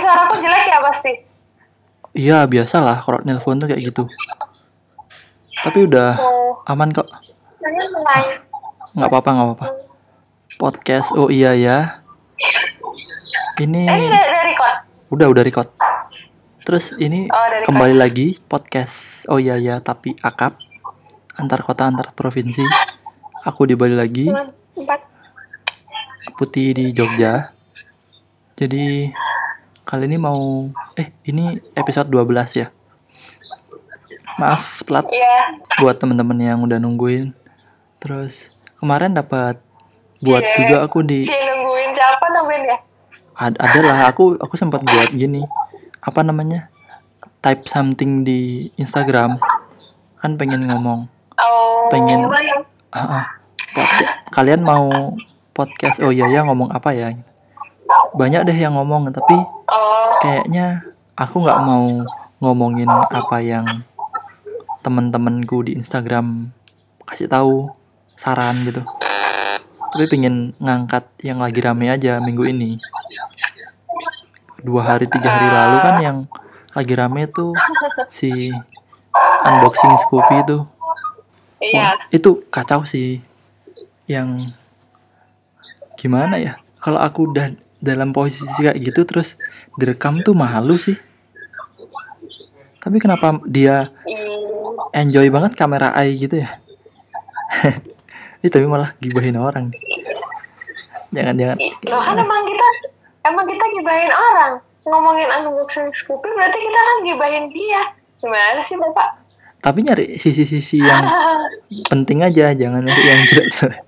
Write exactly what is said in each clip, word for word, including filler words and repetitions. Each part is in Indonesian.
suaraku jelek ya pasti. Iya biasalah kalau nelpon tuh kayak gitu. Tapi udah Oh, aman kok. saya mulai. Nggak apa-apa nggak apa-apa. Podcast oh iya ya. Ini Eh, ini dari, dari record. udah udah record. Terus ini Oh, dari kembali record. lagi podcast oh iya ya tapi akap antar kota antar provinsi. Aku di Bali lagi, Cuma empat. Putih di Jogja. Jadi kali ini mau eh ini episode dua belas ya. Maaf telat Iya. buat teman-teman yang udah nungguin. Terus kemarin dapat buat Cie. juga aku di Cie nungguin siapa nungguin ya? ad- adalah aku aku sempat buat gini. Apa namanya? Type something di Instagram. Kan pengen ngomong. Oh. Pengen uh, uh, podcast. Kalian mau podcast oh iya ya ngomong apa ya? Banyak deh yang ngomong tapi Oh. kayaknya aku nggak mau ngomongin apa yang teman-temanku di Instagram kasih tahu saran gitu. Tapi pengen ngangkat yang lagi rame aja minggu ini. Dua hari tiga hari lalu kan yang lagi rame tuh si unboxing Scoopy itu. Iya. Wah, itu kacau sih. Yang gimana ya? Kalau aku udah dalam posisi kayak gitu terus direkam tuh malu sih. Tapi kenapa dia enjoy banget kamera eye gitu ya? Ini tapi malah gibahin orang. Jangan-jangan. Loh kan emang kita emang kita gibahin orang. Ngomongin unboxing Scoopy berarti kita kan gibahin dia. Gimana sih Bapak? Tapi nyari sisi-sisi yang penting aja, jangan nyari yang jelek-jelek.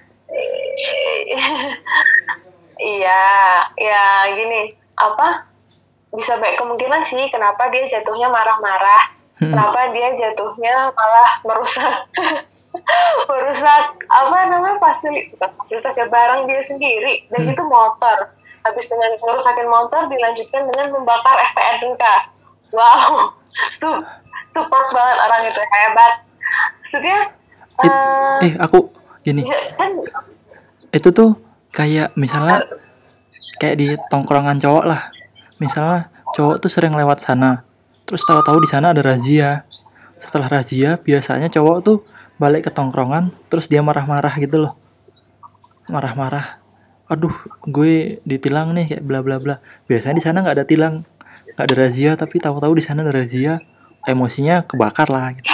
Iya, ya gini, apa? Bisa baik kemungkinan sih kenapa dia jatuhnya marah-marah. Hmm. Kenapa dia jatuhnya malah merusak merusak apa namanya fasilitas fasilitas ya barang dia sendiri dan hmm. itu motor. Habis dengan merusakin motor dilanjutkan dengan membakar S T N K. Wow, support banget orang itu, hebat. Maksudnya It, uh, eh aku gini ya, kan, itu tuh kayak misalnya kayak di tongkrongan cowok lah, misalnya cowok tuh sering lewat sana terus tahu-tahu di sana ada razia. Setelah razia biasanya cowok tuh balik ke tongkrongan terus dia marah-marah gitu loh, marah-marah, aduh gue ditilang nih kayak bla bla bla. Biasanya di sana nggak ada tilang, nggak ada razia, tapi tahu-tahu di sana ada razia, emosinya kebakar lah gitu.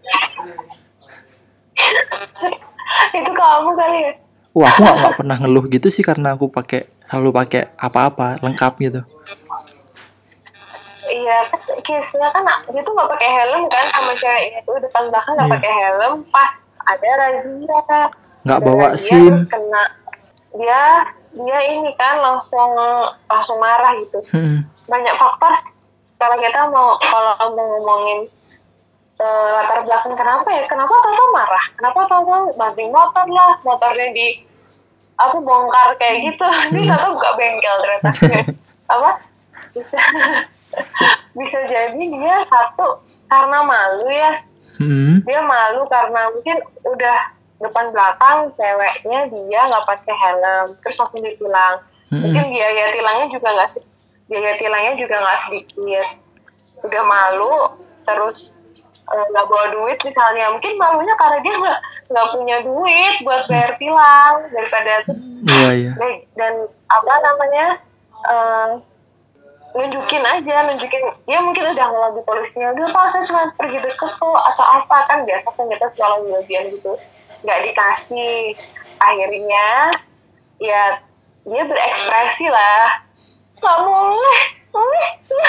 Itu kamu kali ya? Wah, aku nggak nggak pernah ngeluh gitu sih karena aku pakai selalu pakai apa-apa lengkap gitu. Iya, case-nya kan dia tuh nggak pakai helm kan sama ceweknya tuh depan belakang nggak iya. pakai helm, pas ada razia. Nggak bawa SIM. Kena dia dia ini kan langsung langsung marah gitu. Hmm. Banyak faktor kalau kita mau kalau mau ngomongin uh, latar belakang kenapa ya, kenapa tahu-tahu marah, kenapa tahu-tahu banting motor lah, motornya di aku bongkar kayak gitu, hmm. Dia tahu buka bengkel ternyata. Apa bisa bisa jadi dia satu karena malu ya, hmm. Dia malu karena mungkin udah depan belakang ceweknya dia nggak pakai helm terus langsung ditilang, hmm. Mungkin biaya tilangnya juga nggak biaya tilangnya juga nggak sedikit, udah malu terus nggak uh, bawa duit misalnya, mungkin malunya karena dia nggak nggak punya duit buat bayar tilang daripada yeah, yeah. Dan apa namanya uh, nunjukin aja, nunjukin dia mungkin udah ngelagi polisinya, udah pak saya cuma pergi deket kok atau apa, kan biasa kan kita selalu bagian gitu, nggak dikasih, akhirnya ya dia berekspresi lah, nggak boleh, boleh.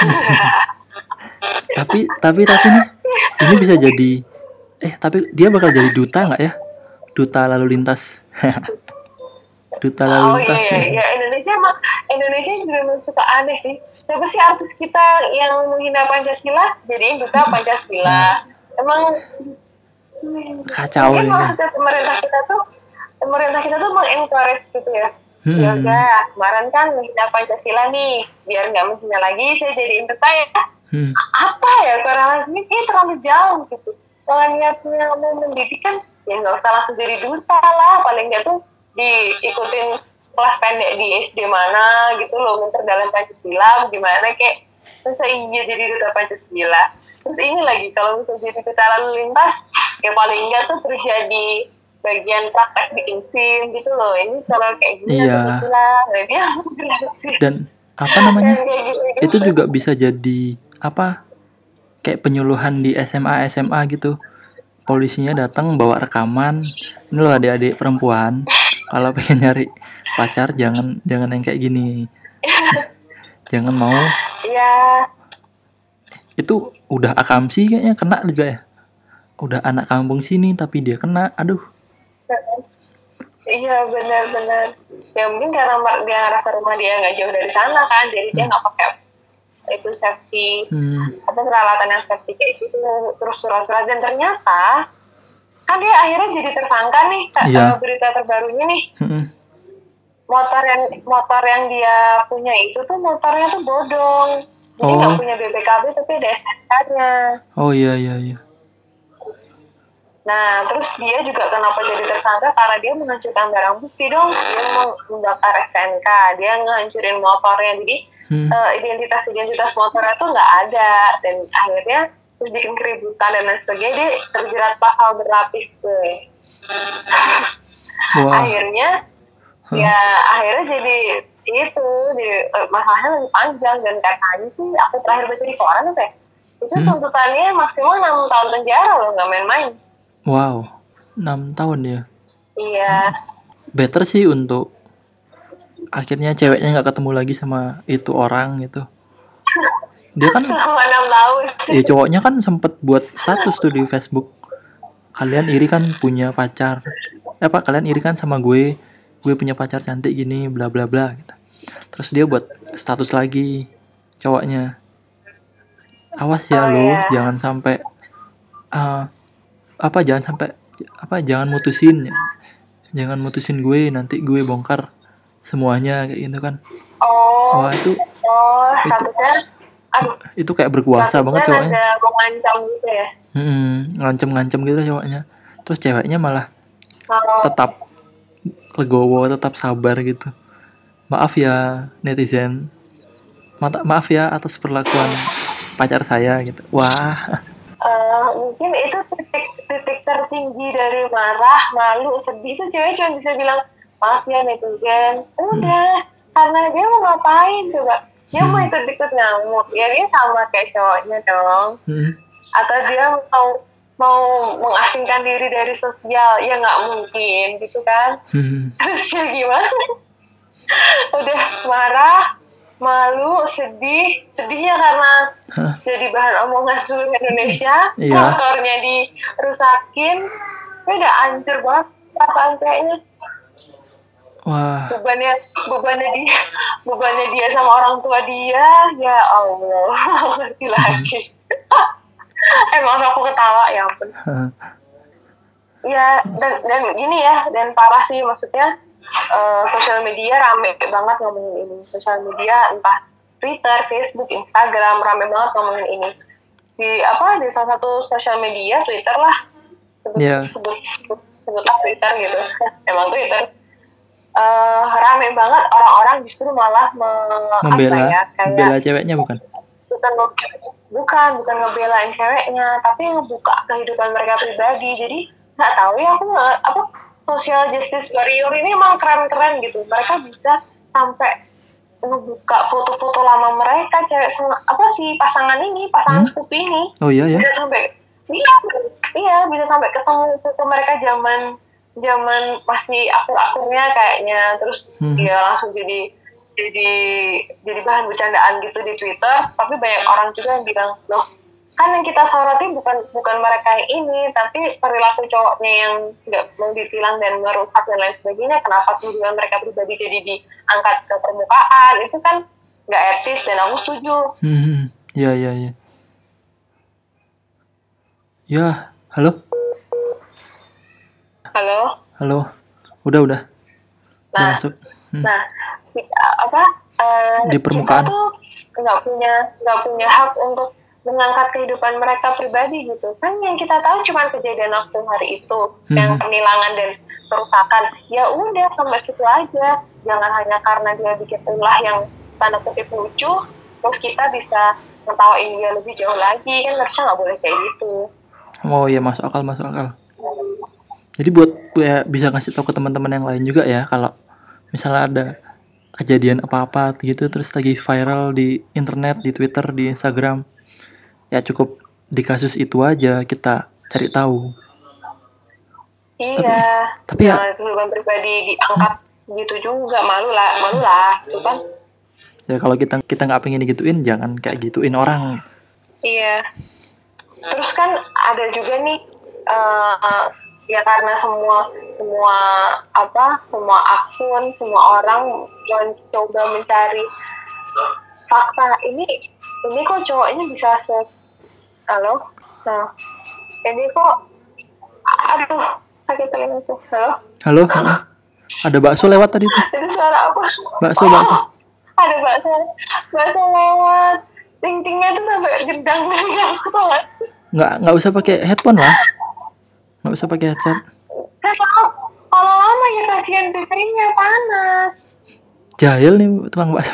tapi tapi tapi nih ini bisa jadi eh tapi dia bakal jadi duta nggak ya, duta lalu lintas. Duta lalu oh, lintas. Oh iya, iya, Indonesia emang Indonesia juga suka aneh sih. Siapa sih artis kita yang menghina Pancasila jadiin duta Pancasila? Hmm. Emang kacau ini. Maksudnya pemerintah kita tuh pemerintah kita tuh mengencourage gitu ya. Hmm. Ya udah, kemarin kan menghina Pancasila nih, biar nggak menghina lagi, saya jadiin duta ya. Hmm. Apa ya korelasinya? Ini terlalu jauh gitu. Kalau niatnya mau mendidik kan, ya nggak usah langsung jadi duta lah, paling nggak tuh diikutin kelas pendek di S D mana gitu loh, memperdalam Pancasila gimana kayak masa iya jadi duta Pancasila. Terus ini lagi kalau misalnya jadi duta lalu lintas ya paling enggak tuh terjadi bagian praktek bikin SIM gitu loh. Ini kalau kayak gini iya. Pancasila dia dan apa namanya gitu, itu juga bisa jadi apa kayak penyuluhan di S M A S M A gitu. Polisinya datang bawa rekaman, ini loh adik-adik perempuan kalau pengen nyari pacar jangan jangan yang kayak gini, jangan mau. Iya. Itu udah akamsi kayaknya kena juga ya, udah anak kampung sini tapi dia kena, aduh. Iya benar-benar. Ya mungkin karena dia ngerasa rumah dia nggak jauh dari sana kan, jadi hmm. dia nggak pakai itu safety hmm. atau peralatan yang safety kayak gitu, terus surat-surat, dan ternyata kan dia akhirnya jadi tersangka nih. Iya. Berita terbarunya nih. Hmm. Motor yang motor yang dia punya itu tuh motornya tuh bodong. Jadi nggak oh. punya B P K B tapi ada S T K-nya. Oh iya iya iya. Nah, terus dia juga kenapa jadi tersangka? Karena dia menghancurkan barang bukti dong. Dia membakar S T N K, dia ngehancurin motornya. Jadi hmm. uh, identitas-identitas motornya tuh nggak ada. Dan akhirnya terus bikin keributan dan lain sebagainya. Dia terjerat pasal berlapis gue. Wow. Akhirnya, huh. ya akhirnya jadi itu, jadi, uh, masalahnya lebih panjang. Dan katanya sih, aku terakhir baca di koran apa ya? Itu hmm. tuntutannya maksimal enam tahun penjara loh, nggak main-main. Wow, enam tahun ya? Iya. Better sih untuk akhirnya ceweknya nggak ketemu lagi sama itu orang gitu. Dia kan selama enam tahun. Iya, cowoknya kan sempet buat status tuh di Facebook. Kalian iri kan punya pacar. Eh apa kalian iri kan sama gue? Gue punya pacar cantik gini, bla bla bla gitu. Terus dia buat status lagi cowoknya. Awas ya oh, lo, iya. jangan sampai uh, apa jangan sampai apa jangan mutusin jangan mutusin gue, nanti gue bongkar semuanya kayak gitu kan. Oh. Wah itu oh itu, aduh, itu kayak berkuasa banget cowoknya. Ada mengancam gitu ya. Hmm, ngancem-ngancem gitu cowoknya. Terus ceweknya malah oh. tetap legowo, tetap sabar gitu. Maaf ya netizen, Ma- maaf ya atas perlakuan pacar saya gitu. Wah. Uh, mungkin itu titik titik tertinggi dari marah, malu, sedih tuh cewek cuma bisa bilang maaf ya netizen. Udah, hmm. karena dia mau ngapain coba? Dia hmm. mau ikut-ikut nyamuk, ya dia sama kayak cowoknya dong. Hmm. Atau dia mau mau mengasingkan diri dari sosial, ya nggak mungkin gitu kan? Hmm. Terus ya gimana? Udah marah, malu, sedih, sedihnya karena huh? jadi bahan omongan seluruh Indonesia, iya. motornya dirusakin, udah hancur banget perasaan kayaknya. Wah. Bebannya, bebannya dia, bebannya dia sama orang tua dia, ya Allah, ngerti lagi. Emang aku ketawa ya ampun. Ya dan dan gini ya, dan parah sih maksudnya. Uh, sosial media rame banget ngomongin ini. Sosial media entah Twitter, Facebook, Instagram rame banget ngomongin ini. Di apa di salah satu sosial media Twitter lah. Sebut, yeah. sebut, sebut, sebutlah Twitter gitu. Emang Twitter. Uh, rame banget orang-orang justru malah me- membela, ya, kayak, membela ceweknya bukan? Bukan bukan bukan ngebelain ceweknya, tapi ngebuka kehidupan mereka pribadi. Jadi nggak tahu ya aku nggak apa. Social justice warrior ini emang keren-keren gitu. Mereka bisa sampai ngebuka foto-foto lama mereka, cewek sama apa sih pasangan ini, pasangan hmm? sepupu ini. Oh iya ya. Bisa sampai iya, iya bisa sampai ketemu foto mereka zaman zaman masih akur-akurnya kayaknya. Terus hmm. dia langsung jadi jadi jadi bahan bercandaan gitu di Twitter. Tapi banyak orang juga yang bilang, loh kan yang kita soroti bukan bukan mereka yang ini, tapi perilaku cowoknya yang nggak mau ditilang dan merusak dan lain sebagainya. Kenapa tujuan mereka pribadi jadi diangkat ke permukaan? Itu kan nggak etis dan aku setuju. Hmm, ya ya ya. Ya, halo. Halo. Halo. Udah udah. Nah, udah masuk. Hmm. Nah, kita, apa? Uh, di permukaan. Kita tuh nggak punya nggak punya hak untuk mengangkat kehidupan mereka pribadi gitu kan. Yang kita tahu cuma kejadian waktu hari itu, hmm. yang penilangan dan kerusakan, ya udah sampai situ aja. Jangan hanya karena dia bikin ulah yang tanda kutip lucu terus kita bisa ngetawain dia lebih jauh lagi, kan harusnya nggak boleh kayak gitu. Oh iya, masuk akal masuk akal. Jadi buat ya, bisa ngasih tahu ke teman-teman yang lain juga ya, kalau misalnya ada kejadian apa-apa gitu terus lagi viral di internet, di Twitter, di Instagram, ya cukup di kasus itu aja kita cari tahu. Iya. Tapi, tapi ya kehidupan pribadi diangkat hmm? gitu juga, malu lah, malu lah, gitu kan? Ya kalau kita kita nggak pengen digituin, jangan kayak gituin orang. Iya. Terus kan ada juga nih. Uh, ya karena semua semua apa semua akun semua orang mencoba mencari fakta, ini ini kok cowoknya bisa ses halo nah ini kok aduh sakit telinga tuh. halo halo halo ada bakso lewat tadi tuh. Itu suara apa? bakso bakso ada bakso bakso lewat, ting-tingnya tuh sampai gendang dari aku tuh. nggak nggak usah pakai headphone lah, nggak usah pakai headset. Kalau kalau lama ya kasihan pipinya panas. Jahil nih tukang bakso.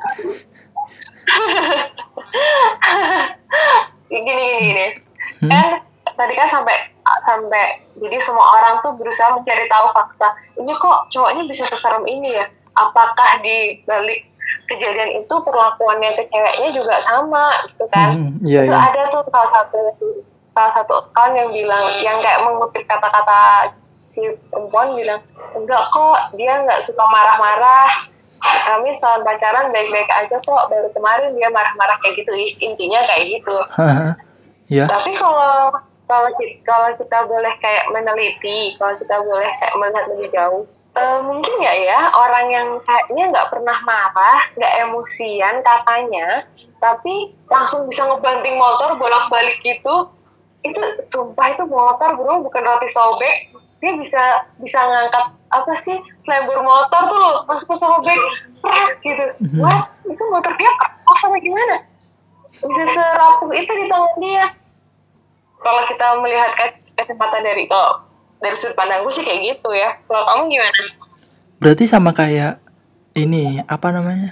gini gini gini. Hmm? Kan tadi kan sampai sampai jadi semua orang tuh berusaha mencari tahu fakta. Ini kok cowoknya bisa seserem ini ya? Apakah di balik kejadian itu perlakuannya ke ceweknya juga sama gitu kan? Hmm, iya, itu iya. Ada tuh salah satu salah satu account yang bilang, yang kayak mengutip kata-kata si perempuan bilang, enggak kok, dia nggak suka marah-marah, kami selama pacaran baik-baik aja kok, baru kemarin dia marah-marah kayak gitu, intinya kayak gitu. Ya. Tapi kalau kalau kalau kita boleh kayak meneliti, kalau kita boleh kayak melihat lebih jauh, uh, mungkin nggak ya orang yang kayaknya nggak pernah marah, nggak emosian katanya, tapi langsung bisa ngebanting motor bolak-balik gitu. Itu sumpah itu motor bro, bukan roti sobek. Dia bisa bisa ngangkat apa sih selebor motor tuh loh, masuk ke sobek gitu. Mm-hmm. Wah, itu motor dia keras sama gimana? Bisa serapuh itu di tangan dia. Kalau kita melihat kacamata dari oh, dari sudut pandangku sih kayak gitu ya. Kalau kamu gimana? Berarti sama kayak ini apa namanya?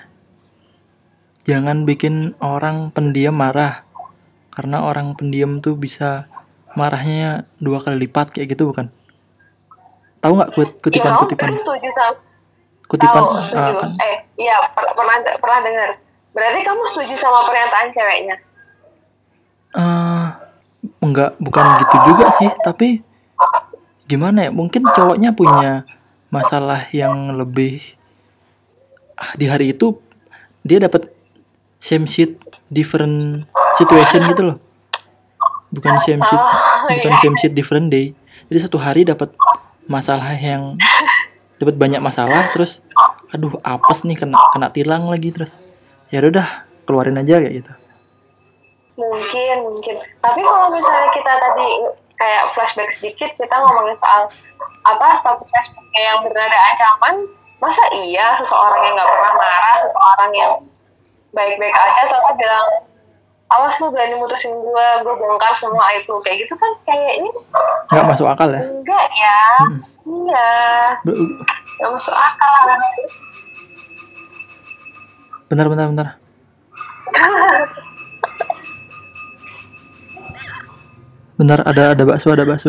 Jangan bikin orang pendiam marah. Karena orang pendiam tuh bisa marahnya dua kali lipat kayak gitu bukan? Tahu nggak kutipan-kutipan? Ya, setuju sama. Kutipan Tahu, setuju. Uh, kan? Eh, iya per- pernah pernah dengar. Berarti kamu setuju sama pernyataan ceweknya? Eh, uh, enggak, bukan gitu juga sih. Tapi gimana ya? Mungkin cowoknya punya masalah yang lebih. Ah, di hari itu dia dapat same shit different situation gitu loh. Bukan same shit, oh, bukan iya. same shit different day. Jadi satu hari dapat masalah yang dapat banyak masalah, terus aduh apes nih, kena kena tilang lagi, terus ya udah keluarin aja kayak gitu. Mungkin mungkin. Tapi kalau misalnya kita tadi kayak flashback sedikit, kita ngomongin soal apa status Facebooknya yang bernada ancaman, masa iya seseorang yang nggak pernah marah, seseorang yang baik-baik aja atau bilang awas lu berani mutusin gue, gue bongkar semua aib lu, kayak gitu kan kayaknya nggak masuk akal ya? Enggak ya, hmm. Iya, nggak masuk akal. Bentar, bentar, bentar. Bentar, ada ada bakso, ada bakso.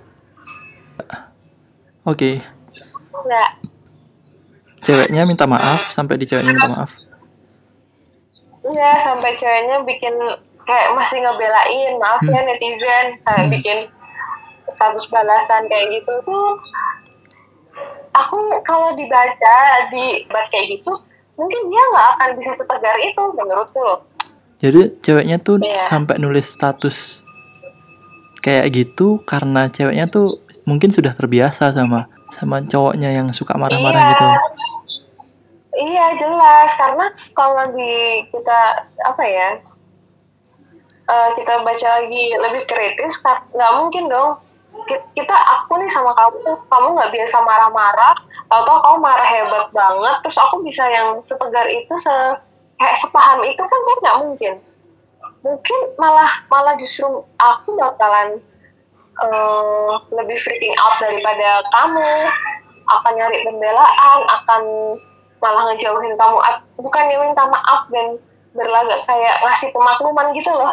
Oke. Okay. Ya. Ceweknya minta maaf, sampai di ceweknya minta maaf. Iya, sampai ceweknya bikin kayak masih ngebelain, maaf hmm. ya netizen, kayak hmm. bikin status balasan kayak gitu tuh. Aku kalau dibaca di bat kayak gitu, mungkin dia nggak akan bisa setegar itu menurutku loh. Jadi ceweknya tuh yeah. sampai nulis status kayak gitu karena ceweknya tuh mungkin sudah terbiasa sama sama cowoknya yang suka marah-marah yeah. gitu. Iya jelas, karena kalau di kita apa ya uh, kita baca lagi lebih kritis, nggak mungkin dong kita aku nih sama kamu, kamu nggak biasa marah-marah, atau kamu marah hebat banget, terus aku bisa yang setegar itu, se kayak sepaham itu kan kan nggak mungkin. Mungkin malah malah justru aku bakalan uh, lebih freaking out daripada kamu, akan nyari pembelaan, akan malah ngejauhin kamu, bukannya minta maaf dan berlagak kayak ngasih pemakluman gitu loh.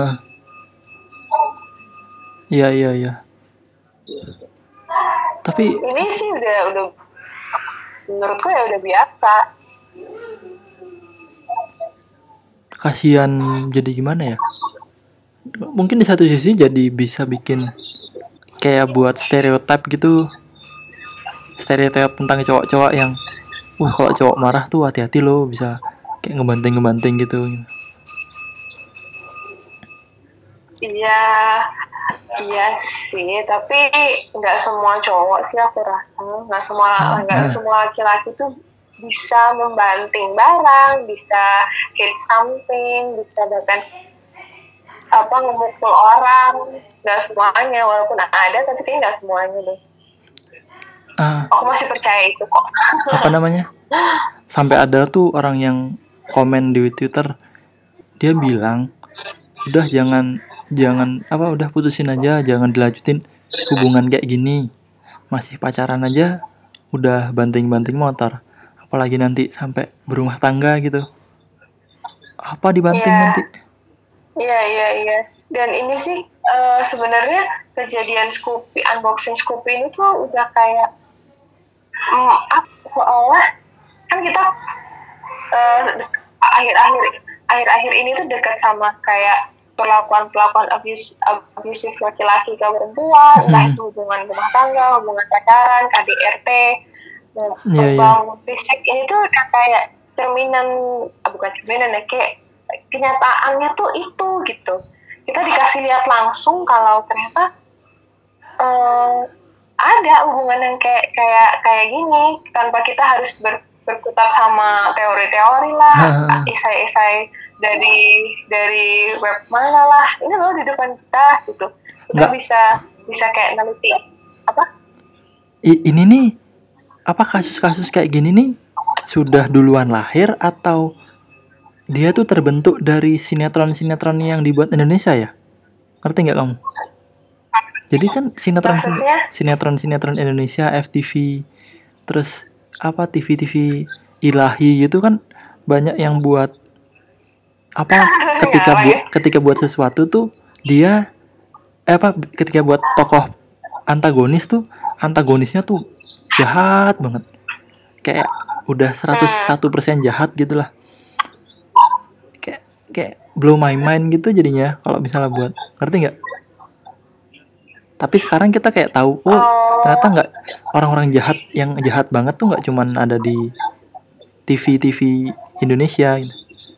Iya iya iya. Tapi ini sih udah udah menurutku ya udah biasa. Kasihan, jadi gimana ya? Mungkin di satu sisi jadi bisa bikin kayak buat stereotip gitu, stereotip tentang cowok-cowok yang, wah kalau cowok marah tuh hati-hati loh, bisa kayak ngebanting-ngebanting gitu. Iya, iya sih, tapi nggak semua cowok sih aku rasa, nggak semua nggak hmm. semua laki-laki tuh bisa membanting barang, bisa hit something, bisa bahkan apa ngemukul orang. Nggak semuanya, walaupun ada, tapi kayaknya nggak semuanya deh. Ah, aku masih percaya itu kok. Apa namanya? Sampai ada tuh orang yang komen di Twitter, dia bilang, udah jangan jangan apa udah putusin aja, jangan dilanjutin hubungan kayak gini, masih pacaran aja udah banting-banting motor, apalagi nanti sampai berumah tangga gitu, apa dibanting yeah. nanti. Iya iya iya. Dan ini sih uh, sebenarnya kejadian Scoopy, unboxing Scoopy ini tuh udah kayak um, seolah kan kita uh, akhir-akhir akhir-akhir ini tuh dekat sama kayak perlakuan-perlakuan abuse, abusive laki-laki ke perempuan, hmm. entah itu hubungan rumah tangga, hubungan pacaran, K D R T, yeah, yeah. fisik, ini tuh kayak cerminan, bukan cerminan ya, kayak kenyataannya tuh itu gitu. Kita dikasih lihat langsung kalau ternyata uh, ada hubungan yang kayak kayak kayak gini, tanpa kita harus ber, berkutat sama teori-teori lah, esai-esai dari dari web mana lah, ini loh di depan kita gitu. Kita Nggak. bisa bisa kayak neliti apa? I, ini nih apa kasus-kasus kayak gini nih sudah duluan lahir atau dia tuh terbentuk dari sinetron-sinetron yang dibuat Indonesia ya? Ngerti nggak kamu? Jadi kan sinetron sinetron-sinetron Indonesia, F T V, terus apa T V T V ilahi gitu kan banyak yang buat apa ketika buat ketika buat sesuatu tuh dia eh, apa ketika buat tokoh antagonis tuh antagonisnya tuh jahat banget, kayak udah seratus satu persen jahat gitulah, kayak kayak blow my mind gitu jadinya kalau misalnya buat, ngerti nggak? Tapi sekarang kita kayak tahu, oh ternyata nggak, orang-orang jahat yang jahat banget tuh nggak cuman ada di T V T V Indonesia gitu.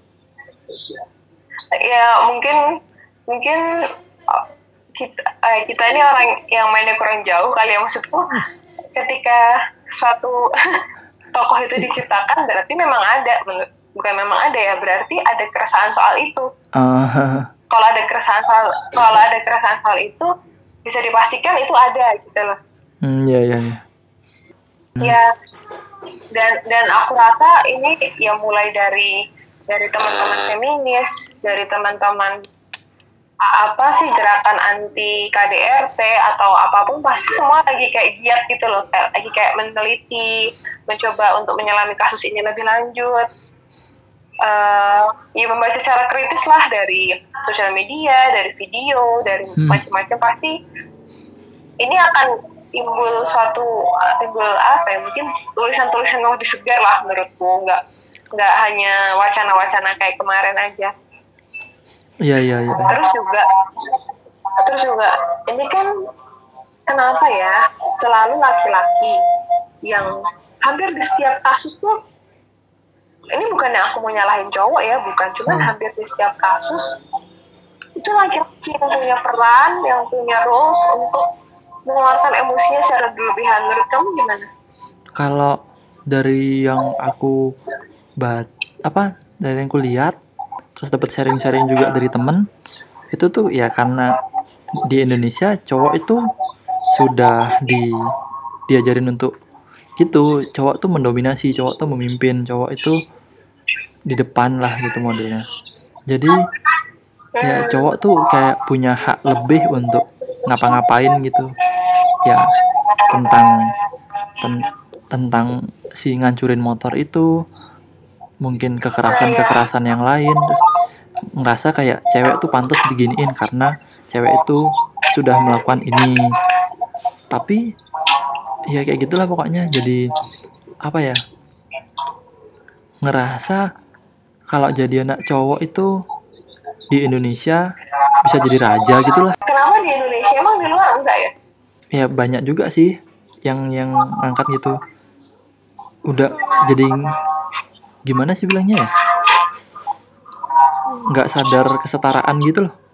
Ya mungkin mungkin kita eh, kita ini orang yang mainnya kurang jauh kali ya, maksudku ketika suatu tokoh itu diciptakan berarti memang ada, bukan memang ada ya, berarti ada keresahan soal itu. Uh. Kalau ada keresahan soal kalau ada keresahan soal itu bisa dipastikan itu ada gitu loh. Hmm, ya ya ya. Hmm. Ya, dan dan aku rasa ini ya mulai dari dari teman-teman feminis, dari teman-teman apa sih gerakan anti K D R T atau apapun, pasti semua lagi kayak giat gitu loh, kayak, lagi kayak meneliti, mencoba untuk menyelami kasus ini lebih lanjut. Uh, ya membaca secara kritis lah dari sosial media, dari video, dari hmm. macam-macam, pasti ini akan timbul suatu timbul apa ya, mungkin tulisan-tulisan yang lebih segar lah menurutku, nggak nggak hanya wacana-wacana kayak kemarin aja. Iya iya iya. Terus juga terus juga ini kan kenapa ya selalu laki-laki yang hampir di setiap kasus tuh, ini bukannya aku mau nyalahin cowok ya, bukan, cuman hmm. hampir di setiap kasus itu laki-laki yang punya peran, yang punya roles untuk mengeluarkan emosinya secara berlebihan. Menurut kamu gimana? Kalau dari yang aku bat apa dari yang aku lihat, terus dapat sharing-sharing juga dari temen, itu tuh ya karena di Indonesia cowok itu sudah di diajarin untuk gitu, cowok tuh mendominasi, cowok tuh memimpin, cowok itu di depan lah gitu modelnya. Jadi ya cowok tuh kayak punya hak lebih untuk ngapa-ngapain gitu ya, tentang ten- tentang si ngancurin motor itu, mungkin kekerasan-kekerasan yang lain. Terus ngerasa kayak cewek tuh pantas diginiin karena cewek itu sudah melakukan ini. Tapi ya kayak gitulah pokoknya, jadi apa ya, ngerasa kalau jadi anak cowok itu di Indonesia bisa jadi raja gitulah. Kenapa di Indonesia, emang di luar enggak ya? Ya banyak juga sih yang yang angkat gitu, udah jadi gimana sih bilangnya ya, nggak sadar kesetaraan gitu loh.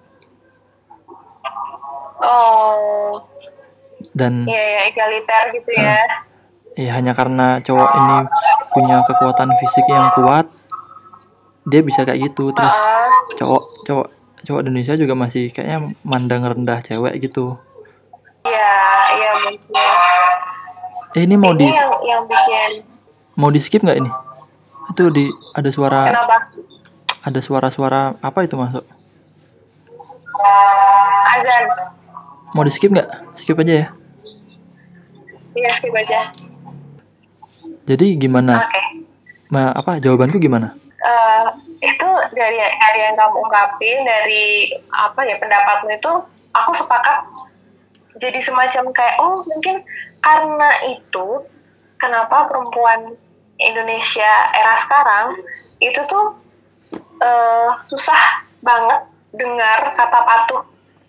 Oh, Dan iya ya, egaliter gitu ya. uh, ya hanya karena cowok ini punya kekuatan fisik yang kuat, dia bisa kayak gitu. Terus Uh, cowok cowok cowok Indonesia juga masih kayaknya mandang rendah cewek gitu. iya, iya mungkin. Eh ini mau Ini di yang yang bikin. mau di skip nggak ini? Itu di ada suara, Kenapa? ada suara-suara apa itu masuk? Azan. Mau di skip nggak? Skip aja ya. Iya, skip aja. Jadi gimana? Oke. Okay. Ma, apa jawabanku gimana? Uh, itu dari dari yang kamu ungkapin, dari apa ya pendapatmu itu, aku sepakat. Jadi semacam kayak, oh mungkin karena itu kenapa perempuan Indonesia era sekarang itu tuh uh, susah banget dengar kata patuh.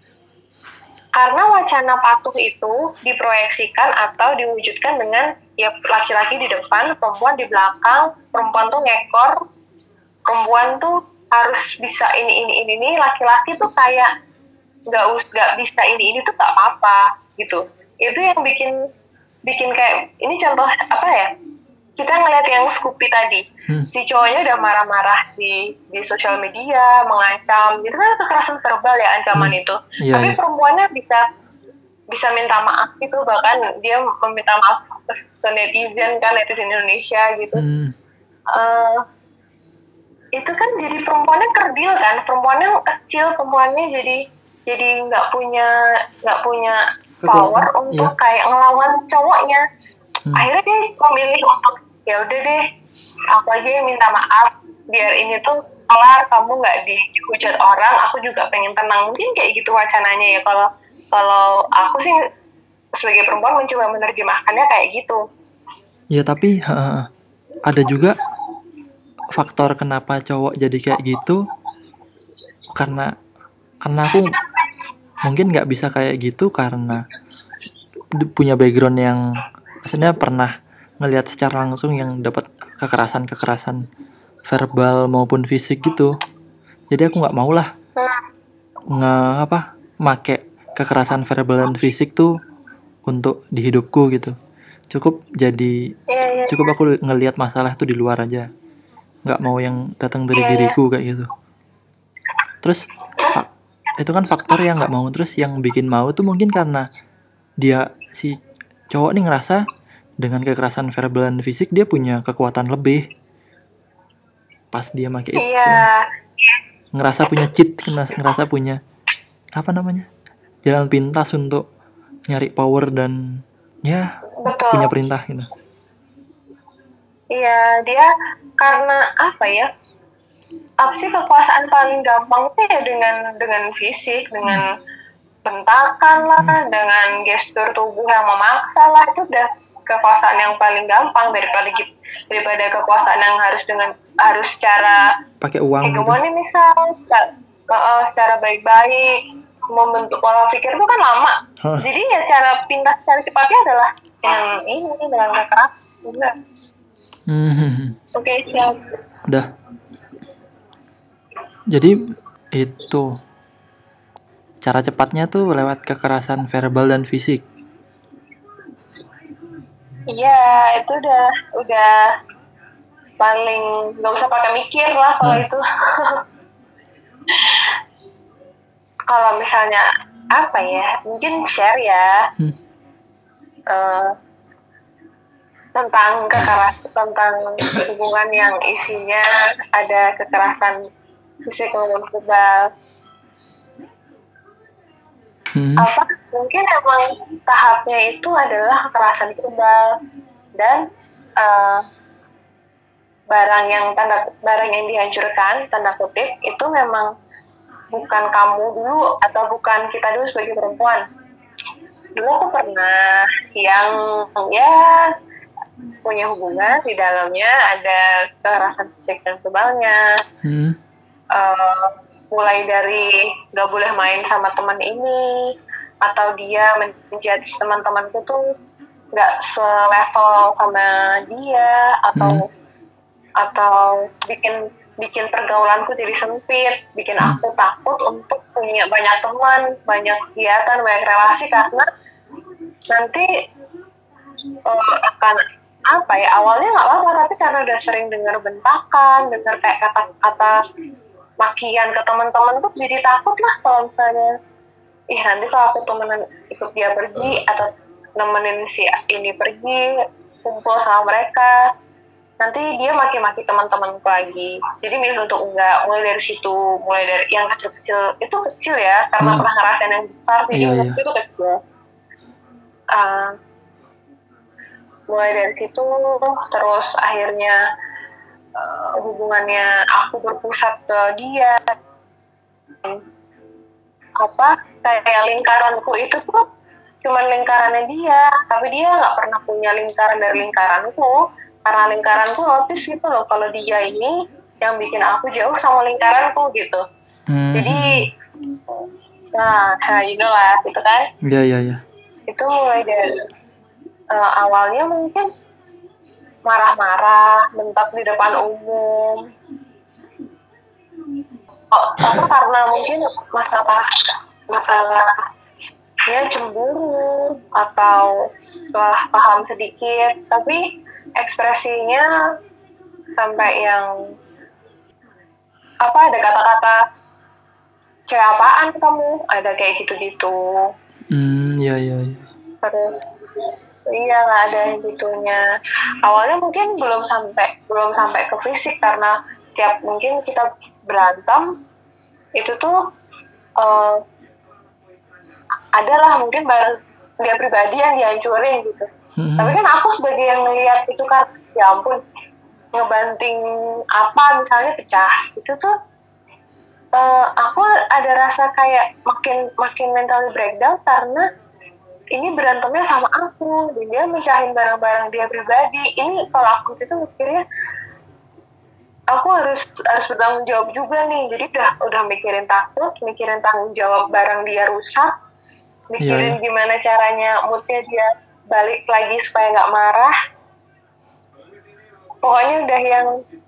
Karena wacana patuh itu diproyeksikan atau diwujudkan dengan ya laki-laki di depan, perempuan di belakang, perempuan tuh ngekor, perempuan tuh harus bisa ini ini ini, ini. Laki-laki tuh kayak nggak nggak bisa ini ini tuh nggak apa-apa gitu. Itu yang bikin bikin kayak ini contoh apa ya, kita ngeliat yang Scoopy tadi, hmm. si cowoknya udah marah-marah di di sosial media, mengancam, itu kan kekerasan verbal ya, ancaman hmm. itu. Yeah, tapi yeah. perempuannya bisa bisa minta maaf gitu, bahkan dia meminta maaf ke netizen kan, netizen Indonesia gitu. Hmm. Uh, itu kan jadi perempuannya kerdil kan, perempuannya kecil, perempuannya jadi jadi nggak punya nggak punya power Kekuatan, untuk yeah. kayak ngelawan cowoknya. Hmm. Akhirnya dia memilih untuk ya udah deh, aku aja yang minta maaf biar ini tuh kelar, kamu nggak dihujat orang, aku juga pengen tenang. Mungkin kayak gitu wacananya ya. Kalau kalau aku sih sebagai perempuan mencoba menerjemahkannya kayak gitu. Ya tapi uh, ada juga faktor kenapa cowok jadi kayak gitu, karena karena aku mungkin nggak bisa kayak gitu karena punya background yang maksudnya pernah ngelihat secara langsung yang dapat kekerasan-kekerasan verbal maupun fisik gitu. Jadi aku nggak mau lah nge apa make kekerasan verbal dan fisik tuh untuk di hidupku gitu. Cukup jadi cukup aku ngelihat masalah tuh di luar aja. Nggak mau yang datang dari diriku kayak gitu. Terus fak- itu kan faktor yang nggak mau. Terus yang bikin mau tuh mungkin karena dia si cowok nih ngerasa dengan kekerasan verbal dan fisik dia punya kekuatan lebih. Pas dia make itu iya. ngerasa punya cheat, ngerasa punya apa namanya, jalan pintas untuk nyari power dan ya betul. Punya perintah gitu. Iya, dia karena apa ya, apa sih kekuasaan paling gampang sih ya dengan dengan fisik, dengan bentakan lah, hmm. dengan gestur tubuh yang memaksa lah, itu udah kekuasaan yang paling gampang daripada daripada kekuasaan yang harus dengan harus secara pakai uang hegemoni gitu. Misal uh, secara baik-baik membentuk pola pikir itu kan lama. Huh. Jadi ya cara pintas, cara cepatnya adalah yang ini dengan kekerasan juga. Hmm. Oke, okay, siap. Udah. Jadi itu cara cepatnya tuh lewat kekerasan verbal dan fisik. Iya, itu udah udah paling nggak usah pakai mikir lah kalau hmm. itu. Kalau misalnya apa ya, mungkin share ya hmm. uh, tentang kekerasan, tentang hubungan yang isinya ada kekerasan fisik maupun verbal. hmm. apa mungkin emang tahapnya itu adalah kekerasan verbal dan uh, barang yang tanda barang yang dihancurkan tanda kutip itu memang bukan kamu dulu atau bukan kita dulu sebagai perempuan. Dulu aku pernah yang ya punya hubungan di dalamnya ada kekerasan fisik dan verbalnya. Hmm. Uh, mulai dari gak boleh main sama teman ini atau dia menjudge teman-temanku tuh gak selevel sama dia atau hmm. atau bikin bikin pergaulanku jadi sempit, bikin hmm. aku takut untuk punya banyak teman, banyak kegiatan, banyak relasi karena nanti uh, akan apa ya awalnya nggak apa-apa tapi karena udah sering dengar bentakan, dengar kayak kata-kata makian ke teman-teman tuh jadi takut lah kalau misalnya ih nanti kalau aku temenan ikut dia pergi atau nemenin si ini pergi kumpul sama mereka nanti dia maki-maki teman-temanku lagi jadi milih untuk enggak mulai dari situ mulai dari yang kecil-kecil itu kecil ya karena hmm. pernah ngerasain yang besar jadi iya, iya. itu kecil uh, mulai dari situ terus akhirnya uh, hubungannya aku berpusat ke dia apa kayak lingkaranku itu tuh cuman lingkarannya dia tapi dia nggak pernah punya lingkaran dari lingkaranku karena lingkaranku notice gitu loh kalau dia ini yang bikin aku jauh sama lingkaranku gitu hmm. jadi nah, nah you know lah gitu kan iya iya iya itu mulai dari uh, awalnya mungkin marah-marah bentak di depan umum oh, apa karena mungkin masalah masalah ya cemburu atau salah paham sedikit tapi ekspresinya sampai yang apa ada kata-kata cewek apaan kamu ada kayak gitu-gitu hmm ya ya ya terus iya nggak ada yang gitunya awalnya mungkin belum sampai belum sampai ke fisik karena tiap mungkin kita berantem itu tuh uh, adalah mungkin barang dia pribadi yang dihancurin gitu hmm. tapi kan aku sebagai yang ngeliat itu kan ya ampun ngebanting apa misalnya pecah itu tuh uh, aku ada rasa kayak makin makin mentally breakdown karena ini berantemnya sama aku dan dia mencahin barang-barang dia pribadi ini kalau aku itu mikirnya aku harus harus bertanggung jawab juga nih jadi udah udah mikirin takut mikirin tanggung jawab barang dia rusak mikirin yeah. gimana caranya moodnya dia balik lagi supaya nggak marah pokoknya udah yang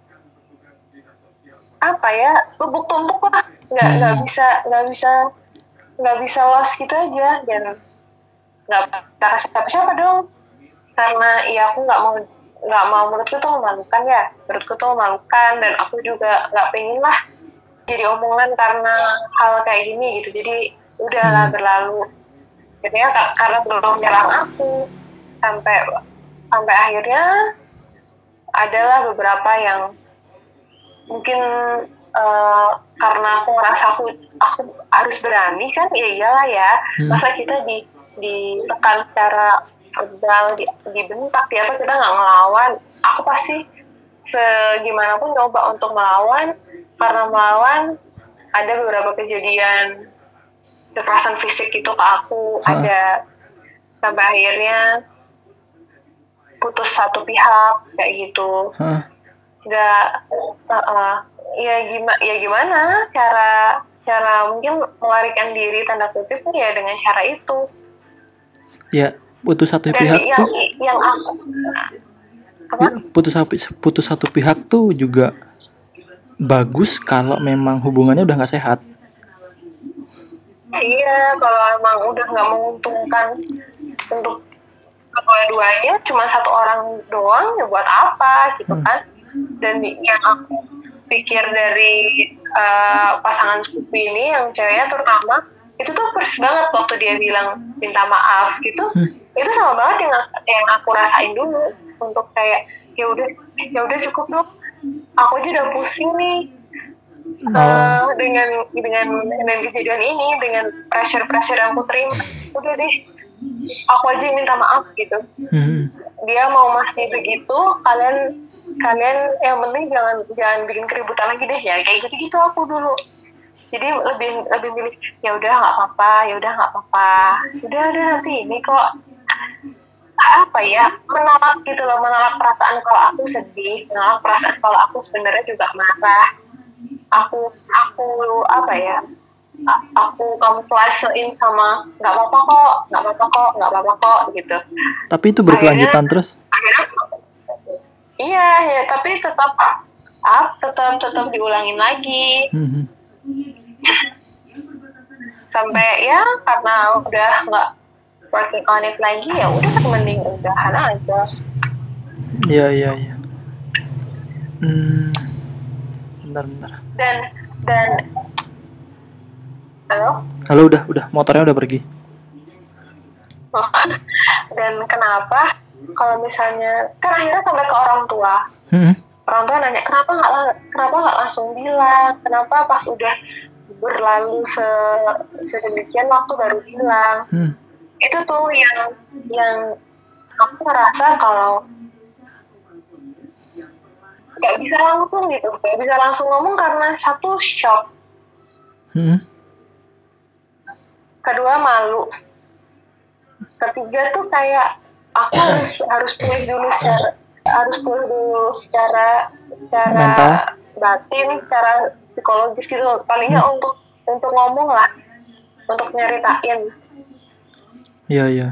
apa ya bubuk tumpuk lah nggak nggak hmm. bisa nggak bisa nggak bisa lost gitu aja dan nggak kasih siapa-siapa dong karena ya aku nggak mau nggak mau menurutku tuh memalukan ya menurutku tuh memalukan dan aku juga nggak pengen lah jadi omongan karena hal kayak gini gitu jadi udahlah hmm. berlalu jadinya karena belum nyerang aku sampai sampai akhirnya adalah beberapa yang mungkin uh, karena aku ngerasa aku aku harus berani kan ya iyalah ya hmm. masa kita di ditekan secara verbal di, dibentak ya apa kita nggak ngelawan aku pasti segimanapun coba untuk melawan karena melawan ada beberapa kejadian kekerasan fisik itu ke aku huh? ada sampai akhirnya putus satu pihak kayak gitu huh? nggak uh, uh, ya gimana ya gimana cara cara mungkin melarikan diri tanda kutip ya dengan cara itu ya putus satu dan pihak yang, tuh yang aku apa? Ya, putus putus satu pihak tuh juga bagus kalau memang hubungannya udah nggak sehat. Iya, kalau emang udah nggak menguntungkan untuk kedua-duanya, cuma satu orang doang ya buat apa gitu kan? Dan yang aku pikir dari uh, pasangan Scoopy ini yang ceweknya terutama itu tuh persis banget waktu dia bilang minta maaf gitu hmm. itu sama banget yang yang aku rasain dulu untuk kayak ya udah ya udah cukup dong aku aja udah pusing nih Oh. Uh, dengan dengan dengan kejadian ini, dengan pressure pressure yang aku terima, udah deh, aku aja yang minta maaf gitu. Hmm. Dia mau masih begitu, kalian kalian yang penting jangan jangan bikin keributan lagi deh ya, kayak gitu gitu aku dulu. Jadi lebih lebih milih ya udah nggak apa-apa, ya udah nggak apa-apa, udah udah nanti ini kok, apa ya, menolak gitu loh, menolak perasaan kalau aku sedih, menolak perasaan kalau aku sebenarnya juga marah, aku aku apa ya, aku kamuflasein sama nggak apa-apa kok, nggak apa-apa kok, nggak apa-apa kok gitu. Tapi itu berkelanjutan akhirnya, terus? Akhirnya, iya ya, tapi tetap up, tetap tetap diulangin lagi. Hmm. Sampai ya karena udah nggak working on it lagi, ya udah mending udahan aja. Iya iya iya. Hmm. Bentar bentar. Dan dan halo? Halo, udah udah motornya udah pergi. Dan kenapa kalau misalnya kan akhirnya sampai ke orang tua. Hmm. Orang tua nanya kenapa nggak kenapa nggak langsung bilang, kenapa pas udah berlalu se sedemikian waktu baru bilang. Hmm. Itu tuh yang yang aku merasa kalau nggak bisa langsung gitu, nggak bisa langsung ngomong karena satu shock, hmm. kedua malu, ketiga tuh kayak aku harus harus pulih dulu secara harus pulih dulu secara secara mental, batin, secara psikologis gitu, palingnya hmm. untuk untuk ngomong lah, untuk nyeritain. Iya iya.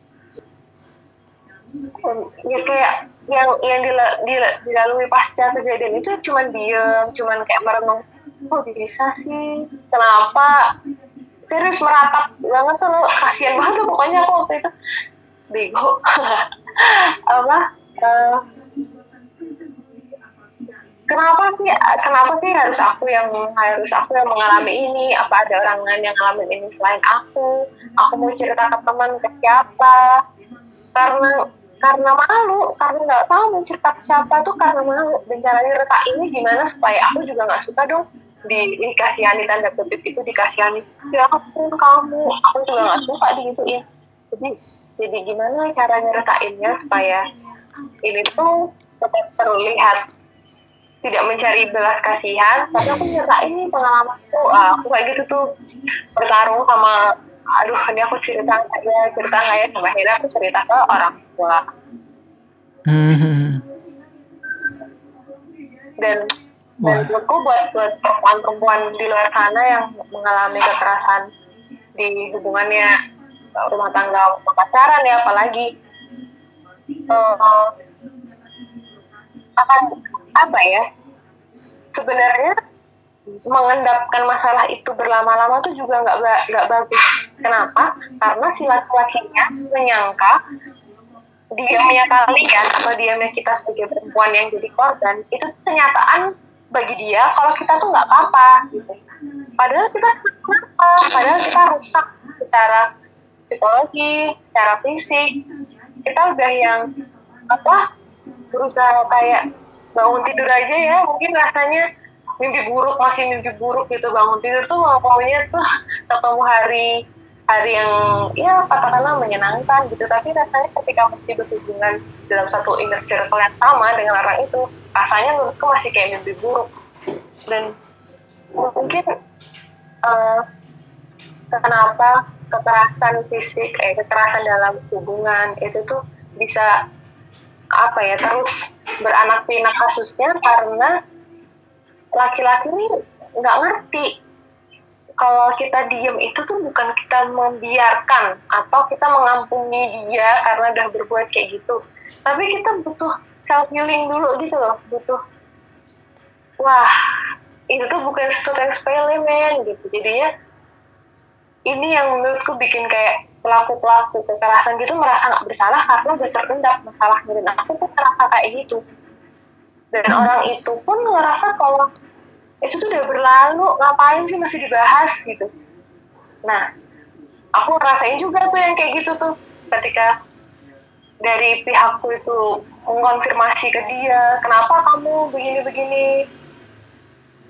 Ya kayak yang yang dila, dila, dilalui pasca kejadian itu cuman diem, cuman kayak merenung, kok bisa sih, kenapa, serius meratap banget tuh, kasihan banget tuh pokoknya aku waktu itu bego. Apa uh, kenapa sih kenapa sih harus aku yang harus aku yang mengalami ini, apa ada orang lain yang ngalamin ini selain aku, aku mau cerita ke teman ke siapa, karena karena malu, karena nggak tahu mau cerita ke siapa tuh karena malu. Dan caranya reta ini gimana supaya aku juga nggak suka dong di dikasihani, tanda kutip itu dikasihani, ya ampun kamu, aku juga nggak suka digituin. Jadi jadi gimana caranya retainnya supaya ini tuh tetap terlihat tidak mencari belas kasihan, tapi aku nyertain nih pengalamanku. Ah, aku kayak gitu tuh bertarung sama, aduh ini aku cerita nggak ya, cerita nggak ya, sampai akhirnya aku cerita ke orang tua. Hmm. Dan dan menurutku buat buat perempuan-perempuan di luar sana yang mengalami kekerasan di hubungannya rumah tangga, pacaran ya apalagi, uh, akan apa ya, sebenarnya mengendapkan masalah itu berlama-lama tuh juga nggak nggak bagus. Kenapa? Karena si laki-lakinya menyangka diamnya kalian atau diamnya kita sebagai perempuan yang jadi korban itu kenyataan bagi dia kalau kita tuh nggak apa-apa gitu. Padahal kita kenapa? Padahal kita rusak secara psikologi, secara fisik. Kita udah yang apa? Berusaha kayak bangun tidur aja ya, mungkin rasanya mimpi buruk, masih mimpi buruk gitu. Bangun tidur tuh maunya tuh ketemu hari hari yang ya katakanlah menyenangkan gitu, tapi rasanya ketika masih berhubungan dalam satu inner circle yang sama dengan orang itu, rasanya menurutku masih kayak mimpi buruk. Dan mungkin uh, kenapa kekerasan fisik, eh kekerasan dalam hubungan itu tuh bisa apa ya terus beranak pinak kasusnya, karena laki-laki ini nggak ngerti kalau kita diem itu tuh bukan kita membiarkan atau kita mengampuni dia karena udah berbuat kayak gitu, tapi kita butuh self healing dulu gitu loh, butuh wah itu tuh bukan sesuatu yang sepele men gitu. Jadinya ini yang menurutku bikin kayak pelaku-pelaku kekerasan gitu merasa nggak bersalah karena udah terendap masalahnya, dan aku tuh ngerasa kayak gitu, dan hmm. orang itu pun ngerasa kalau itu tuh udah berlalu, ngapain sih masih dibahas gitu. Nah, aku ngerasain juga tuh yang kayak gitu tuh, ketika dari pihakku itu mengkonfirmasi ke dia, kenapa kamu begini-begini,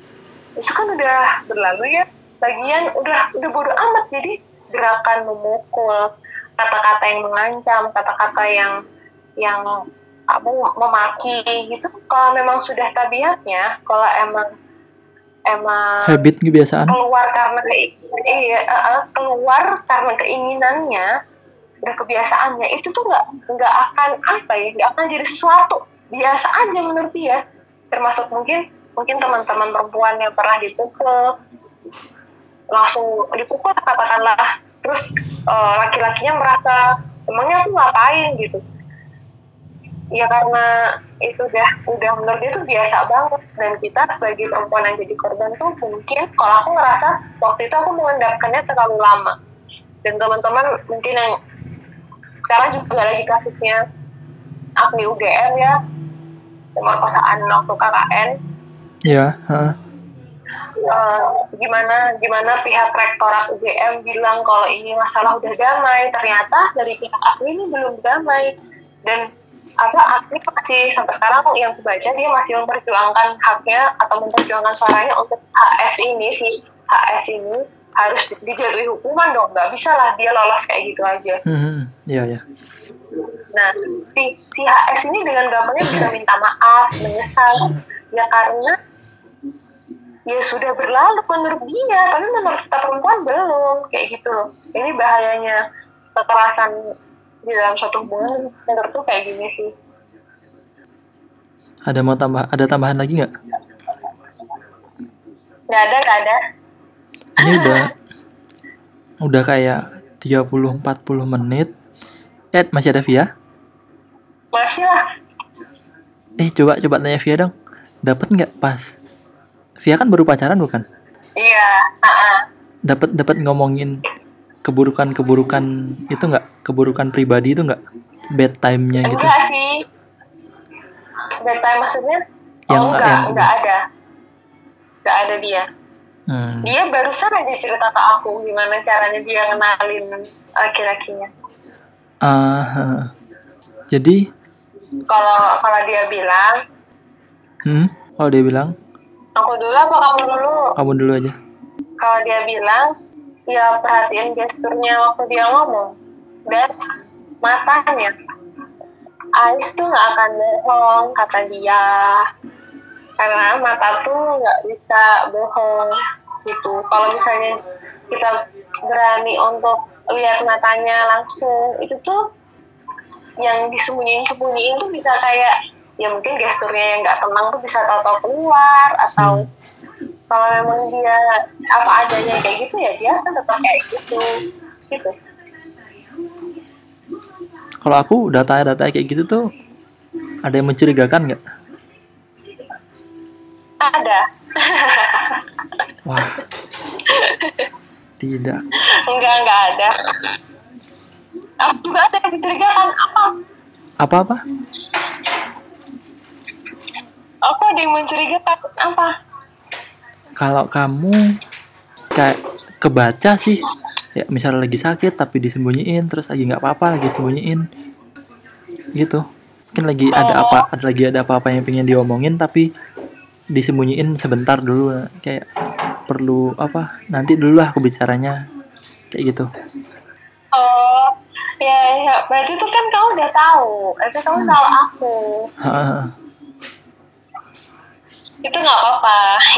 itu kan udah berlalu ya. Lagian udah udah bodo amat, jadi gerakan memukul, kata-kata yang mengancam, kata-kata yang yang apa memaki gitu, kalau memang sudah tabiatnya, kalau emang emang habit kebiasaan keluar karena ke, iya uh, keluar karena keinginannya, udah kebiasaannya, itu tuh nggak nggak akan apa ya nggak akan jadi sesuatu, biasa aja menurut dia. Termasuk mungkin mungkin teman-teman perempuan yang pernah dipukul, langsung dipukul katakanlah, terus uh, laki-lakinya merasa emangnya aku ngapain gitu ya, karena itu udah udah menurut dia tuh biasa banget. Dan kita sebagai perempuan yang jadi korban tuh mungkin, kalau aku ngerasa waktu itu aku mengendapkannya terlalu lama. Dan teman-teman mungkin yang sekarang juga lagi kasusnya Agni U G M ya, pemerkosaan waktu K K N ya. uh. Uh, gimana gimana pihak rektorat U G M bilang kalau ini masalah udah damai, ternyata dari pihak Agni ini belum damai. Dan apa Agni masih sampai sekarang yang aku baca, dia masih memperjuangkan haknya atau memperjuangkan suaranya untuk H S ini, si H S ini harus dijatuhi hukuman dong, nggak bisa lah dia lolos kayak gitu aja. Hmm, iya ya. Nah si si H S ini dengan gampangnya bisa minta maaf, menyesal ya, karena ya sudah berlalu menurut dia, tapi menurut kita perempuan belum, kayak gitu loh. Ini bahayanya kekerasan di dalam suatu hubungan, menurutku kayak gini sih. Ada mau tambah, ada tambahan lagi nggak? Nggak ada, nggak ada. Ini udah udah kayak tiga puluh sampai empat puluh menit. Eh, masih ada Via? Masih lah. Eh, coba coba tanya Via dong. Dapat nggak pas? Via kan baru pacaran bukan? Iya. Uh-uh. Dapat dapat ngomongin keburukan-keburukan itu nggak? Keburukan pribadi itu nggak? Bad time-nya gitu? Enggak sih. Bad time maksudnya? Yang, oh enggak, yang... enggak ada. Enggak ada dia. Hmm. Dia barusan aja cerita ke aku gimana caranya dia kenalin laki-lakinya. Uh, jadi? Kalau kalau dia bilang. Hmm? Kalau dia bilang? Aku dulu apa kamu dulu? Kamu dulu aja. Kalau dia bilang, ya perhatiin gesturnya waktu dia ngomong dan matanya. Ais tuh nggak akan bohong, kata dia, karena mata tuh nggak bisa bohong gitu. Kalau misalnya kita berani untuk lihat matanya langsung, itu tuh yang disembunyiin-sembunyiin tuh bisa kayak ya mungkin gesturnya yang nggak tenang tuh bisa tahu-tahu keluar, atau hmm. kalau memang dia apa adanya kayak gitu ya dia kan tetap kayak gitu gitu. Kalau aku data-data kayak gitu tuh ada yang mencurigakan nggak? Ada. Wah. Tidak. Enggak, enggak ada. Aku juga ada yang mencurigakan. Apa? Apa-apa? Aku ada yang mencurigakan. Apa? Kalau kamu kayak kebaca sih, ya misalnya lagi sakit tapi disembunyiin, terus lagi nggak apa-apa lagi sembunyiin, gitu. Mungkin lagi oh. ada apa, ada lagi ada apa-apa yang pengen diomongin tapi disembunyiin sebentar dulu, kayak perlu apa? Nanti dulu lah aku bicaranya, kayak gitu. Oh, ya, ya. Berarti itu kan kamu udah tahu, itu kamu hmm. tahu aku. Itu nggak apa-apa.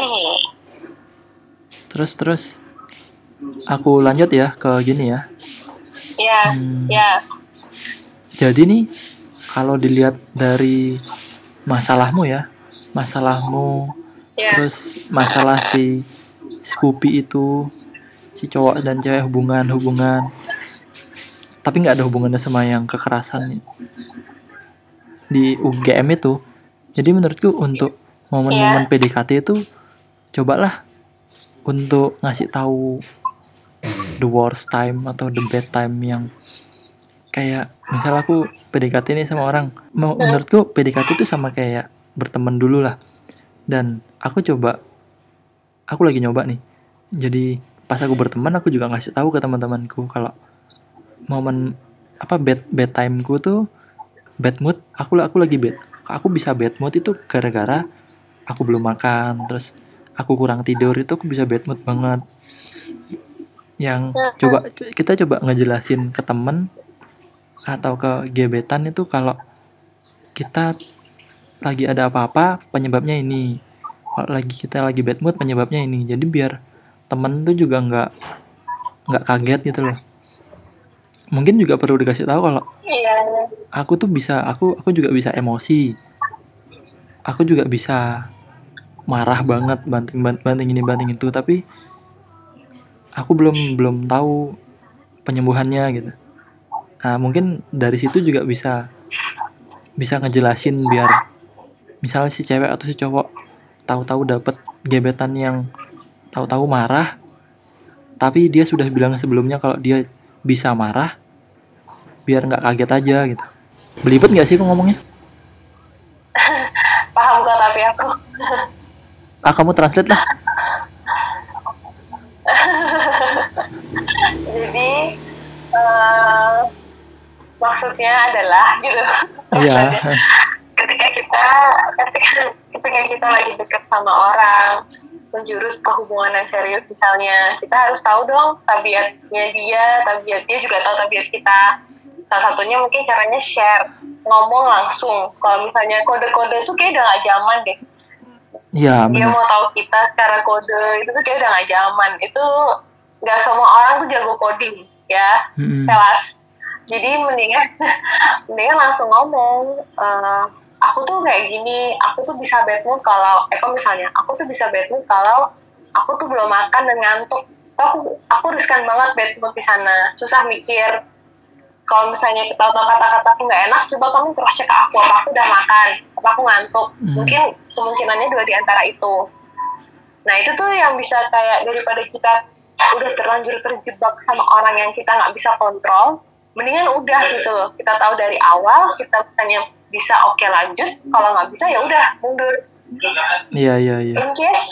Terus terus aku lanjut ya ke gini ya. Ya, hmm. ya. Jadi nih kalau dilihat dari masalahmu ya, masalahmu, ya. Terus masalah si Scoopy itu, si cowok dan cewek hubungan-hubungan, tapi nggak ada hubungannya sama yang kekerasan di U G M itu. Jadi menurutku untuk momen-momen ya. P D K T itu cobalah untuk ngasih tahu the worst time atau the bad time yang kayak misal aku P D K T nih sama orang, menurutku P D K T itu sama kayak berteman dulu lah. Dan aku coba, aku lagi nyoba nih. Jadi pas aku berteman aku juga ngasih tahu ke teman-temanku kalau momen apa bad bad timeku tuh bad mood, aku aku lagi bad. Aku bisa bad mood itu gara-gara aku belum makan, terus aku kurang tidur itu aku bisa bad mood banget. Yang coba kita coba ngejelasin ke temen atau ke gebetan itu kalau kita lagi ada apa-apa penyebabnya ini, kalau lagi kita lagi bad mood penyebabnya ini, jadi biar temen tuh juga nggak nggak kaget gitu loh. Mungkin juga perlu dikasih tahu kalau aku tuh bisa aku aku juga bisa emosi, aku juga bisa marah banget, banting banting ini banting itu, tapi aku belum belum tahu penyembuhannya gitu. Nah mungkin dari situ juga bisa bisa ngejelasin biar misalnya si cewek atau si cowok tahu-tahu dapet gebetan yang tahu-tahu marah, tapi dia sudah bilang sebelumnya kalau dia bisa marah, biar nggak kaget aja gitu. Belibet nggak sih kok ngomongnya? Paham kok tapi aku. Ah kamu translate lah. Jadi uh, maksudnya adalah gitu. Iya. Ketika kita ketika ketika kita lagi deket sama orang, menjurus ke hubungan yang serius misalnya, kita harus tahu dong tabiatnya dia, tabiat dia juga tahu tabiat kita. Salah satunya mungkin caranya share, ngomong langsung. Kalau misalnya kode-kode itu kayak udah gak zaman deh. Iya benar. Dia mau tahu kita secara kode itu tuh kayak udah gak zaman. Itu gak semua orang tuh jago coding ya, mm-hmm. Kelas. Jadi mendingan mendingan langsung ngomong. Uh, aku tuh kayak gini, aku tuh bisa bad mood kalau, eh kok misalnya, aku tuh bisa bad mood kalau aku tuh belum makan dan ngantuk. Aku aku riskan banget bad mood di sana, susah mikir. Kalau misalnya kita tahu kata-kata aku nggak enak, coba kamu cross check ke aku, apa aku udah makan, apa aku ngantuk. Hmm. Mungkin kemungkinannya dua di antara itu. Nah itu tuh yang bisa kayak daripada kita udah terlanjur terjebak sama orang yang kita nggak bisa kontrol, mendingan udah gitu. Kita tahu dari awal, kita misalnya bisa oke okay, lanjut, kalau nggak bisa ya udah mundur. Iya iya iya. In case,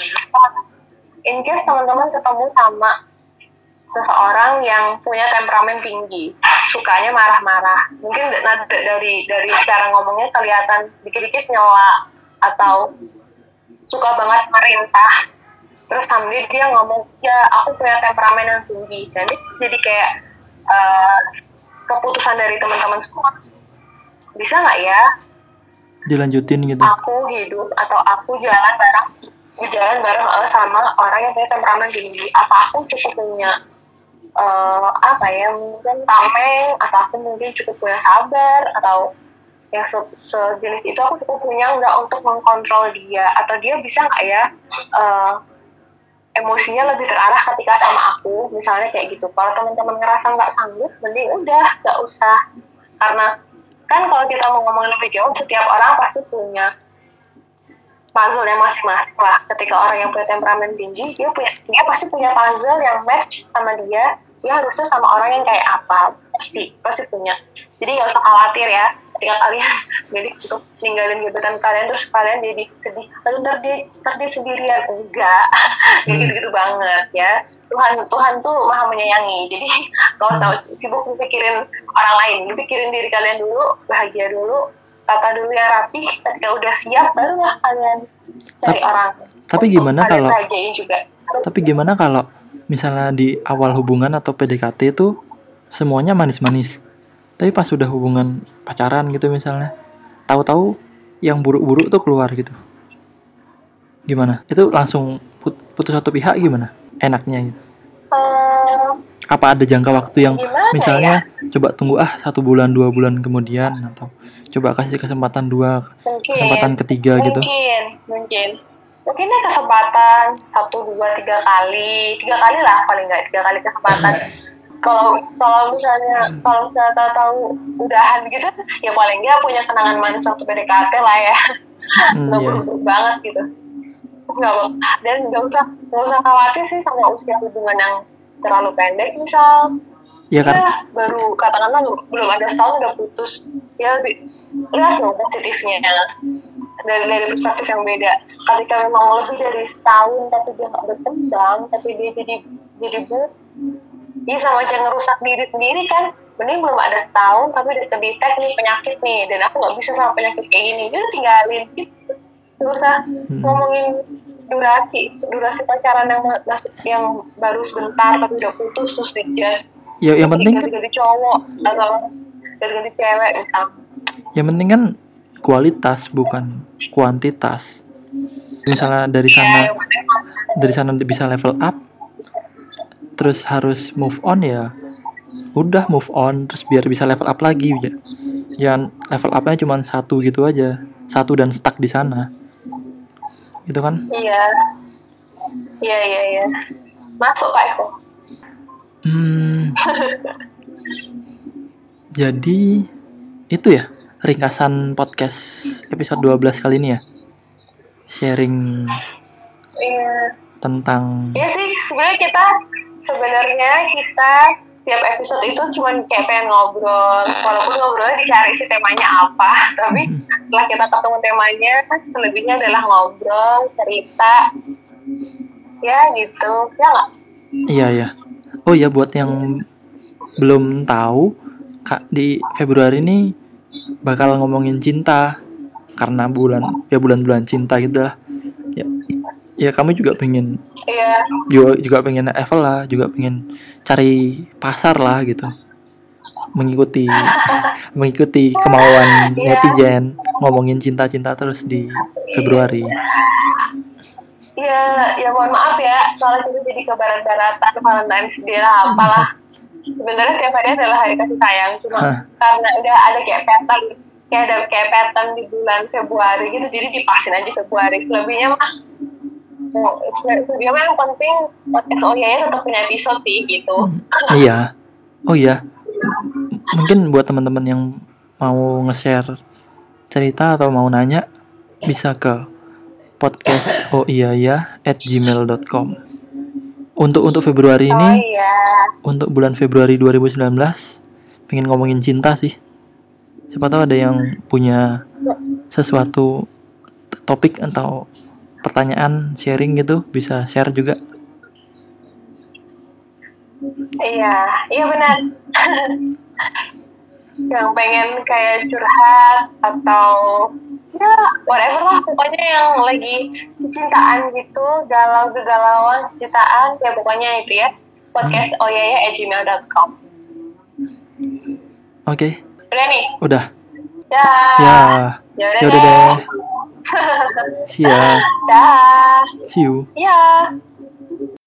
in case teman-teman ketemu sama seseorang yang punya temperamen tinggi, sukanya marah-marah, mungkin dari dari cara ngomongnya kelihatan dikit-dikit nyela atau suka banget merintah, terus sambil dia ngomong ya aku punya temperamen yang tinggi, dan itu jadi kayak uh, keputusan dari teman-teman semua, bisa nggak ya dilanjutin gitu aku hidup atau aku jalan bareng jalan bareng sama orang yang punya temperamen tinggi, apa aku cukup punya Uh, apa ya mungkin tameng, atau aku mungkin cukup punya sabar atau yang se- sejenis itu, aku cukup punya nggak untuk mengkontrol dia, atau dia bisa nggak ya uh, emosinya lebih terarah ketika sama aku misalnya kayak gitu. Kalau teman-teman ngerasa nggak sanggup, mending udah nggak usah, karena kan kalau kita mau ngomong lebih jauh, setiap orang pasti punya puzzle-nya masing-masing lah. Ketika orang yang punya temperamen tinggi, dia punya dia pasti punya puzzle yang match sama dia. Dia harusnya sama orang yang kayak apa, pasti pasti punya. Jadi nggak usah khawatir ya. Ketika kalian jadi untuk ninggalin gebetan kalian terus kalian jadi sedih, lalu ntar dia ntar dia sendirian, enggak, kayak hmm. gitu-gitu banget ya. Tuhan Tuhan tuh maha menyayangi. Jadi kalau hmm. sibuk mikirin orang lain, mikirin diri kalian dulu, bahagia dulu. Tata dulu yang rapi, ketika udah siap barulah kalian cari Ta- orang. Tapi gimana kalau juga. Tapi gimana kalau misalnya di awal hubungan atau P D K T itu semuanya manis-manis, tapi pas sudah hubungan pacaran gitu misalnya, tahu-tahu yang buruk-buruk tuh keluar gitu, gimana? Itu langsung put- putus satu pihak gimana? Enaknya gitu? Hmm. Apa ada jangka waktu yang misalnya ya? Coba tunggu ah satu bulan dua bulan kemudian, atau coba kasih kesempatan dua mungkin, kesempatan ketiga mungkin, gitu? Mungkin, mungkin, mungkin ya kesempatan satu dua tiga kali, tiga kali lah paling nggak, tiga kali kesempatan. Kalau kalau misalnya kalau misalnya tahu udahan gitu, ya paling nggak punya kenangan manis waktu P D K T lah ya, nggak hmm, buruk-buruk yeah. banget gitu. Nggak, dan nggak usah nggak usah khawatir sih sama usia hubungan yang terlalu pendek misal. Ya, kan? Ya baru katakanlah belum ada setahun udah putus, ya lebih lihat dong positifnya dari dari perspektif yang beda. Ketika memang lebih dari setahun tapi dia nggak berkembang, tapi dia jadi jadi bu, dia sama aja ngerusak diri sendiri kan. Mending belum ada setahun tapi udah kedetek nih penyakit nih, dan aku nggak bisa sama penyakit kayak gini, jadi tinggalin gitu. Nggak usah hmm. ngomongin durasi durasi pacaran yang masuk yang baru sebentar tapi udah putus terus dia ya yang penting kan ganti cowok atau ganti cewek misal. Yang penting kan kualitas bukan kuantitas. Misalnya dari sana ya, dari sana bisa level up, terus harus move on ya udah move on terus biar bisa level up lagi ya. Jangan level upnya cuma satu gitu aja, satu dan stuck di sana gitu kan. Iya iya iya iya masuk Pak Eko. hmm, jadi itu ya ringkasan podcast episode dua belas kali ini ya, sharing iya. tentang iya sih sebenarnya kita sebenarnya kita setiap episode itu cuma kayak pengen ngobrol, walaupun ngobrolnya dicari sih temanya apa, tapi setelah kita ketemu temanya selebihnya adalah ngobrol cerita ya gitu ya nggak? Iya ya. Oh ya buat yang belum tahu, Kak, di Februari ini bakal ngomongin cinta karena bulan ya bulan-bulan cinta gitu lah. Ya, ya kamu juga pengen. Iya. Juga juga pengen level lah, juga pengen cari pasar lah gitu. Mengikuti mengikuti kemauan netizen ngomongin cinta-cinta terus di Februari. Iya, ya mohon maaf ya, soalnya kita jadi ke barat-baratan, Valentine's Day lah, apalah. Sebenarnya tiap hari adalah hari kasih sayang, cuma huh. karena udah ada kayak pattern, kayak ada kayak pattern di bulan Februari gitu, jadi dipasin aja Februari. Selebihnya mah, selebihnya yang penting podcast O Y Y tetap punya episode sih gitu. Iya, oh iya, mungkin buat teman-teman yang mau nge-share cerita atau mau nanya bisa ke podcast oh iya ya at gmail dot com. Untuk untuk Februari ini, oh, iya. untuk bulan Februari dua ribu sembilan belas pengen ngomongin cinta sih. Siapa tahu ada yang punya sesuatu topik atau pertanyaan sharing gitu, bisa share juga. Iya, iya benar. Yang pengen kayak curhat atau ya whatever lah, pokoknya yang lagi cintaan gitu, galau-galauan cintaan, ya pokoknya itu ya podcast hmm. oyaya at gmail dot com. Oke. Okay. Udah nih? Udah. Ya. Ya. Ya udah deh. deh. See ya. Dah. See you. Ya.